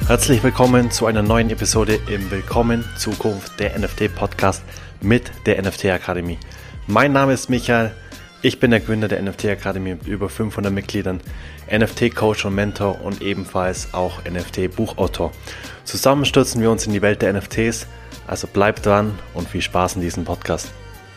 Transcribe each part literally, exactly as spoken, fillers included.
Herzlich willkommen zu einer neuen Episode im Willkommen Zukunft der N F T Podcast mit der N F T Akademie. Mein Name ist Michael, ich bin der Gründer der N F T Akademie mit über fünfhundert Mitgliedern, N F T Coach und Mentor und ebenfalls auch N F T Buchautor. Zusammen stürzen wir uns in die Welt der N F Ts, also bleibt dran und viel Spaß in diesem Podcast.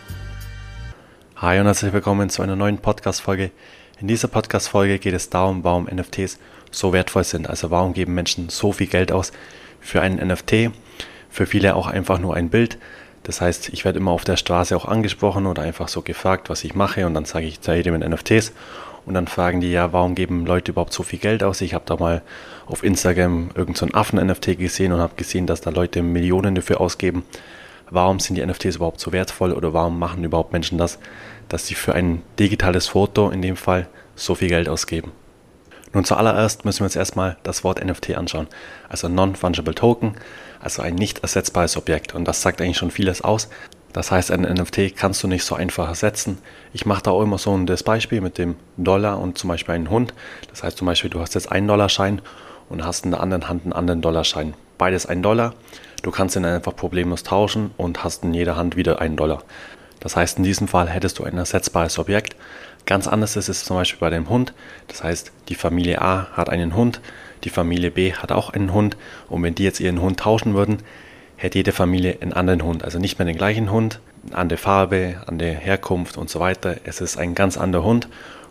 Hi und herzlich willkommen zu einer neuen Podcast-Folge. In dieser Podcast-Folge geht es darum, warum N F Ts so wertvoll sind. Also warum geben Menschen so viel Geld aus für einen N F T, für viele auch einfach nur ein Bild. Das heißt, ich werde immer auf der Straße auch angesprochen oder einfach so gefragt, was ich mache, und dann sage ich zu jedem mit N F Ts und dann fragen die, ja, warum geben Leute überhaupt so viel Geld aus? Ich habe da mal auf Instagram irgend so einen Affen-N F T gesehen und habe gesehen, dass da Leute Millionen dafür ausgeben. Warum sind die N F Ts überhaupt so wertvoll oder warum machen überhaupt Menschen das, dass sie für ein digitales Foto in dem Fall so viel Geld ausgeben? Nun, zuallererst müssen wir uns erstmal das Wort N F T anschauen, also Non-Fungible Token, also ein nicht ersetzbares Objekt, und das sagt eigentlich schon vieles aus. Das heißt, ein N F T kannst du nicht so einfach ersetzen. Ich mache da auch immer so das Beispiel mit dem Dollar und zum Beispiel einen Hund. Das heißt zum Beispiel, du hast jetzt einen Dollarschein und hast in der anderen Hand einen anderen Dollarschein. Beides ein Dollar, du kannst ihn einfach problemlos tauschen und hast in jeder Hand wieder einen Dollar. Das heißt, in diesem Fall hättest du ein ersetzbares Objekt. Ganz anders ist es zum Beispiel bei dem Hund. Das heißt, die Familie A hat einen Hund, die Familie B hat auch einen Hund, und wenn die jetzt ihren Hund tauschen würden, hätte jede Familie einen anderen Hund. Also nicht mehr den gleichen Hund, eine andere Farbe, andere Herkunft und so weiter. Es ist ein ganz anderer Hund,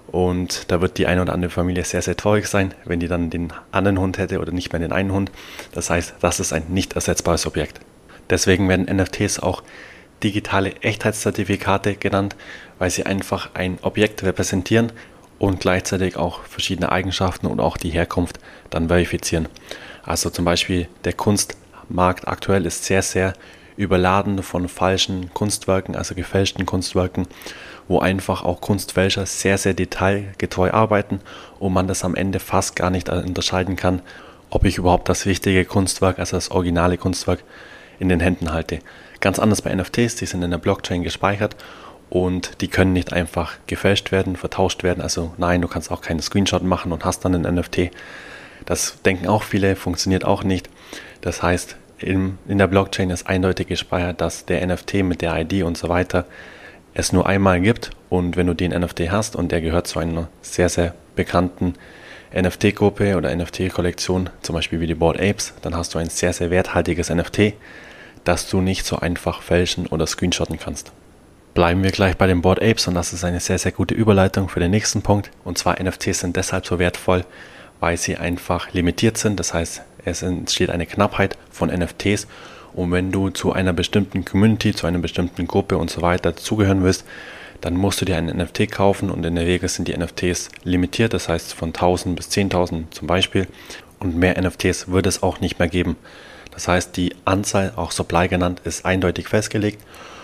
und da wird die eine oder andere Familie sehr, sehr traurig sein, wenn die dann den anderen Hund hätte oder nicht mehr den einen Hund. Das heißt, das ist ein nicht ersetzbares Objekt. Deswegen werden N F Ts auch digitale Echtheitszertifikate genannt, weil sie einfach ein Objekt repräsentieren und gleichzeitig auch verschiedene Eigenschaften und auch die Herkunft dann verifizieren. Also zum Beispiel der Kunstmarkt aktuell ist sehr, sehr überladen von falschen Kunstwerken, also gefälschten Kunstwerken, wo einfach auch Kunstfälscher sehr, sehr detailgetreu arbeiten und man das am Ende fast gar nicht unterscheiden kann, ob ich überhaupt das richtige Kunstwerk, also das originale Kunstwerk, in den Händen halte. Ganz anders bei N F Ts, die sind in der Blockchain gespeichert und die können nicht einfach gefälscht werden, vertauscht werden. Also nein, du kannst auch keinen Screenshot machen und hast dann einen N F T. Das denken auch viele, funktioniert auch nicht. Das heißt, in, in der Blockchain ist eindeutig gespeichert, dass der N F T mit der I D und so weiter es nur einmal gibt, und wenn du den N F T hast und der gehört zu einer sehr, sehr bekannten N F T-Gruppe oder N F T-Kollektion, zum Beispiel wie die Bored Apes, dann hast du ein sehr, sehr werthaltiges N F T, das du nicht so einfach fälschen oder screenshotten kannst. Bleiben wir gleich bei den Bored Apes, und das ist eine sehr, sehr gute Überleitung für den nächsten Punkt. Und zwar, N F Ts sind deshalb so wertvoll, weil sie einfach limitiert sind. Das heißt, es entsteht eine Knappheit von N F Ts, und wenn du zu einer bestimmten Community, zu einer bestimmten Gruppe und so weiter zugehören willst, dann musst du dir einen N F T kaufen, und in der Regel sind die N F Ts limitiert, das heißt von tausend bis zehntausend zum Beispiel, und mehr N F Ts wird es auch nicht mehr geben. Das heißt, die Anzahl, auch Supply genannt, ist eindeutig festgelegt,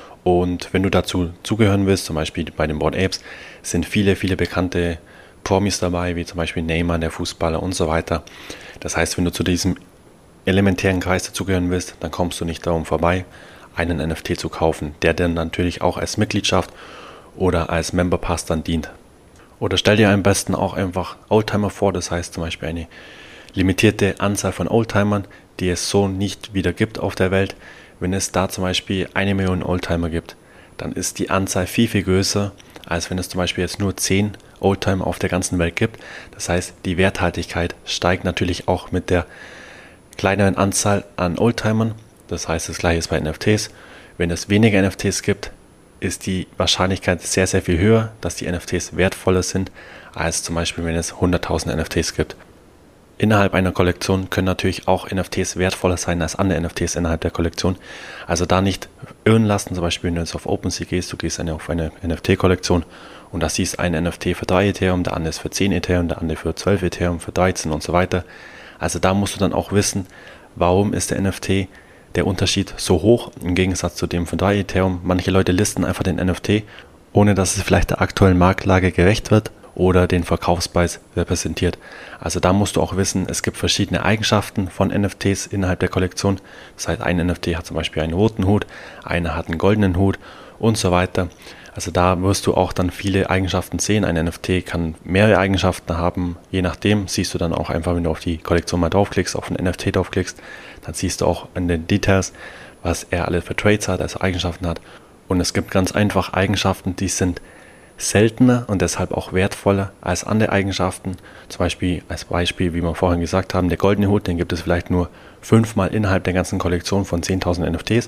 und wenn du dazu zugehören willst, zum Beispiel bei den Bored Apes, sind viele, viele bekannte Promis dabei, wie zum Beispiel Neymar, der Fußballer und so weiter. Das heißt, wenn du zu diesem elementären Kreis dazugehören willst, dann kommst du nicht darum vorbei, einen N F T zu kaufen, der dann natürlich auch als Mitgliedschaft oder als Member Pass dann dient. Oder stell dir am besten auch einfach Oldtimer vor, das heißt zum Beispiel eine limitierte Anzahl von Oldtimern, die es so nicht wieder gibt auf der Welt. Wenn es da zum Beispiel eine Million Oldtimer gibt, dann ist die Anzahl viel, viel größer, als wenn es zum Beispiel jetzt nur zehn Oldtimer auf der ganzen Welt gibt. Das heißt, die Werthaltigkeit steigt natürlich auch mit der kleineren Anzahl an Oldtimern. Das heißt, das gleiche ist bei N F Ts. Wenn es weniger N F Ts gibt, ist die Wahrscheinlichkeit sehr, sehr viel höher, dass die N F Ts wertvoller sind, als zum Beispiel, wenn es hunderttausend N F Ts gibt. Innerhalb einer Kollektion können natürlich auch N F Ts wertvoller sein als andere N F Ts innerhalb der Kollektion. Also da nicht irren lassen, zum Beispiel wenn du jetzt auf OpenSea gehst, du gehst eine, auf eine N F T-Kollektion und da siehst ein N F T für drei Ethereum, der andere ist für zehn Ethereum, der andere für zwölf Ethereum, für dreizehn und so weiter. Also da musst du dann auch wissen, warum ist der N F T, der Unterschied so hoch im Gegensatz zu dem von drei Ethereum. Manche Leute listen einfach den N F T, ohne dass es vielleicht der aktuellen Marktlage gerecht wird oder den Verkaufspreis repräsentiert. Also da musst du auch wissen, es gibt verschiedene Eigenschaften von N F Ts innerhalb der Kollektion. Das heißt, ein N F T hat zum Beispiel einen roten Hut, einer hat einen goldenen Hut und so weiter. Also da wirst du auch dann viele Eigenschaften sehen. Ein N F T kann mehrere Eigenschaften haben. Je nachdem siehst du dann auch einfach, wenn du auf die Kollektion mal draufklickst, auf den N F T draufklickst, dann siehst du auch in den Details, was er alle für Traits hat, also Eigenschaften hat. Und es gibt ganz einfach Eigenschaften, die sind seltener und deshalb auch wertvoller als andere Eigenschaften. Zum Beispiel, als Beispiel, wie wir vorhin gesagt haben, der goldene Hut, den gibt es vielleicht nur fünfmal innerhalb der ganzen Kollektion von zehntausend N F Ts.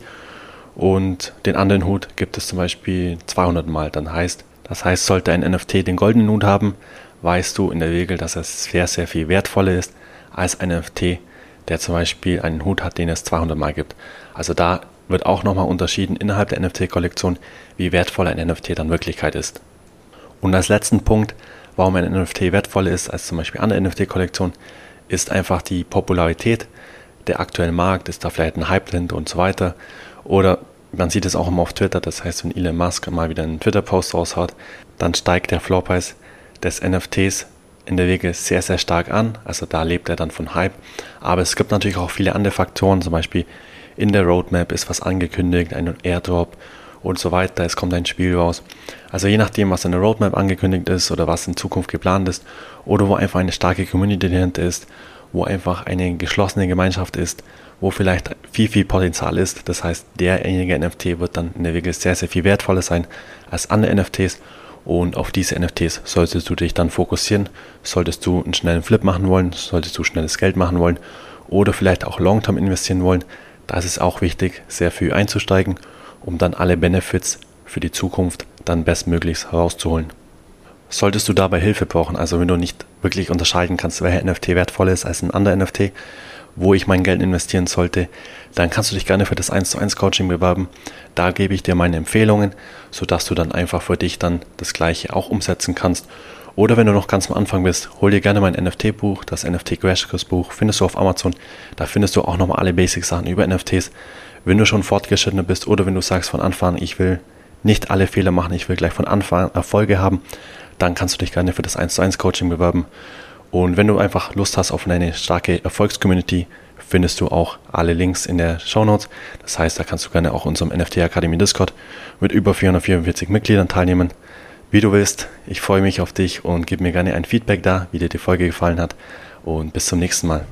Und den anderen Hut gibt es zum Beispiel zweihundert Mal. Dann heißt, das heißt, sollte ein N F T den goldenen Hut haben, weißt du in der Regel, dass es sehr, sehr viel wertvoller ist als ein N F T, der zum Beispiel einen Hut hat, den es zweihundert Mal gibt. Also da wird auch nochmal unterschieden innerhalb der N F T-Kollektion, wie wertvoll ein N F T dann in Wirklichkeit ist. Und als letzten Punkt, warum ein N F T wertvoller ist als zum Beispiel andere N F T-Kollektionen, ist einfach die Popularität. Der aktuelle Markt, ist da vielleicht ein Hype drin und so weiter. Oder man sieht es auch immer auf Twitter, das heißt, wenn Elon Musk mal wieder einen Twitter-Post raushaut, dann steigt der Floorpreis des N F Ts in der Regel sehr, sehr stark an. Also da lebt er dann von Hype. Aber es gibt natürlich auch viele andere Faktoren, zum Beispiel in der Roadmap ist was angekündigt, ein Airdrop und so weiter. Es kommt ein Spiel raus. Also je nachdem, was in der Roadmap angekündigt ist oder was in Zukunft geplant ist oder wo einfach eine starke Community dahinter ist, wo einfach eine geschlossene Gemeinschaft ist, wo vielleicht viel, viel Potenzial ist. Das heißt, derjenige N F T wird dann in der Regel sehr, sehr viel wertvoller sein als andere N F Ts. Und auf diese N F Ts solltest du dich dann fokussieren. Solltest du einen schnellen Flip machen wollen, solltest du schnelles Geld machen wollen oder vielleicht auch Long-Term investieren wollen. Da ist es auch wichtig, sehr früh einzusteigen, um dann alle Benefits für die Zukunft dann bestmöglichst herauszuholen. Solltest du dabei Hilfe brauchen, also wenn du nicht wirklich unterscheiden kannst, welcher N F T wertvoller ist als ein anderer N F T, wo ich mein Geld investieren sollte, dann kannst du dich gerne für das eins zu eins Coaching bewerben. Da gebe ich dir meine Empfehlungen, sodass du dann einfach für dich dann das Gleiche auch umsetzen kannst. Oder wenn du noch ganz am Anfang bist, hol dir gerne mein N F T-Buch, das N F T Crash Course Buch, findest du auf Amazon. Da findest du auch nochmal alle Basic-Sachen über N F Ts. Wenn du schon fortgeschrittener bist oder wenn du sagst von Anfang an, ich will nicht alle Fehler machen, ich will gleich von Anfang an Erfolge haben, dann kannst du dich gerne für das eins zu eins Coaching bewerben. Und wenn du einfach Lust hast auf eine starke Erfolgscommunity, findest du auch alle Links in der Shownotes. Das heißt, da kannst du gerne auch unserem N F T Akademie Discord mit über vierhundertvierundvierzig Mitgliedern teilnehmen. Wie du willst, ich freue mich auf dich und gib mir gerne ein Feedback da, wie dir die Folge gefallen hat. Und bis zum nächsten Mal.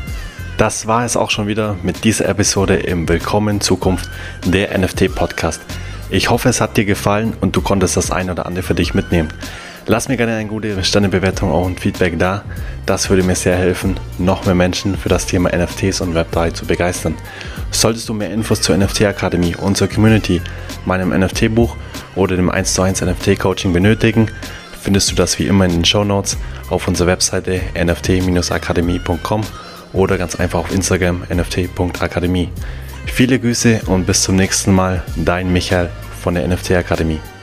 Das war es auch schon wieder mit dieser Episode im Willkommen Zukunft, der N F T Podcast. Ich hoffe, es hat dir gefallen und du konntest das ein oder andere für dich mitnehmen. Lass mir gerne eine gute Sternebewertung auch und Feedback da. Das würde mir sehr helfen, noch mehr Menschen für das Thema N F Ts und Web drei zu begeistern. Solltest du mehr Infos zur N F T Akademie, unserer Community, meinem N F T-Buch oder dem eins zu eins N F T-Coaching benötigen, findest du das wie immer in den Shownotes auf unserer Webseite n f t dash akademie punkt com oder ganz einfach auf Instagram n f t punkt akademie. Viele Grüße und bis zum nächsten Mal, dein Michael von der N F T Akademie.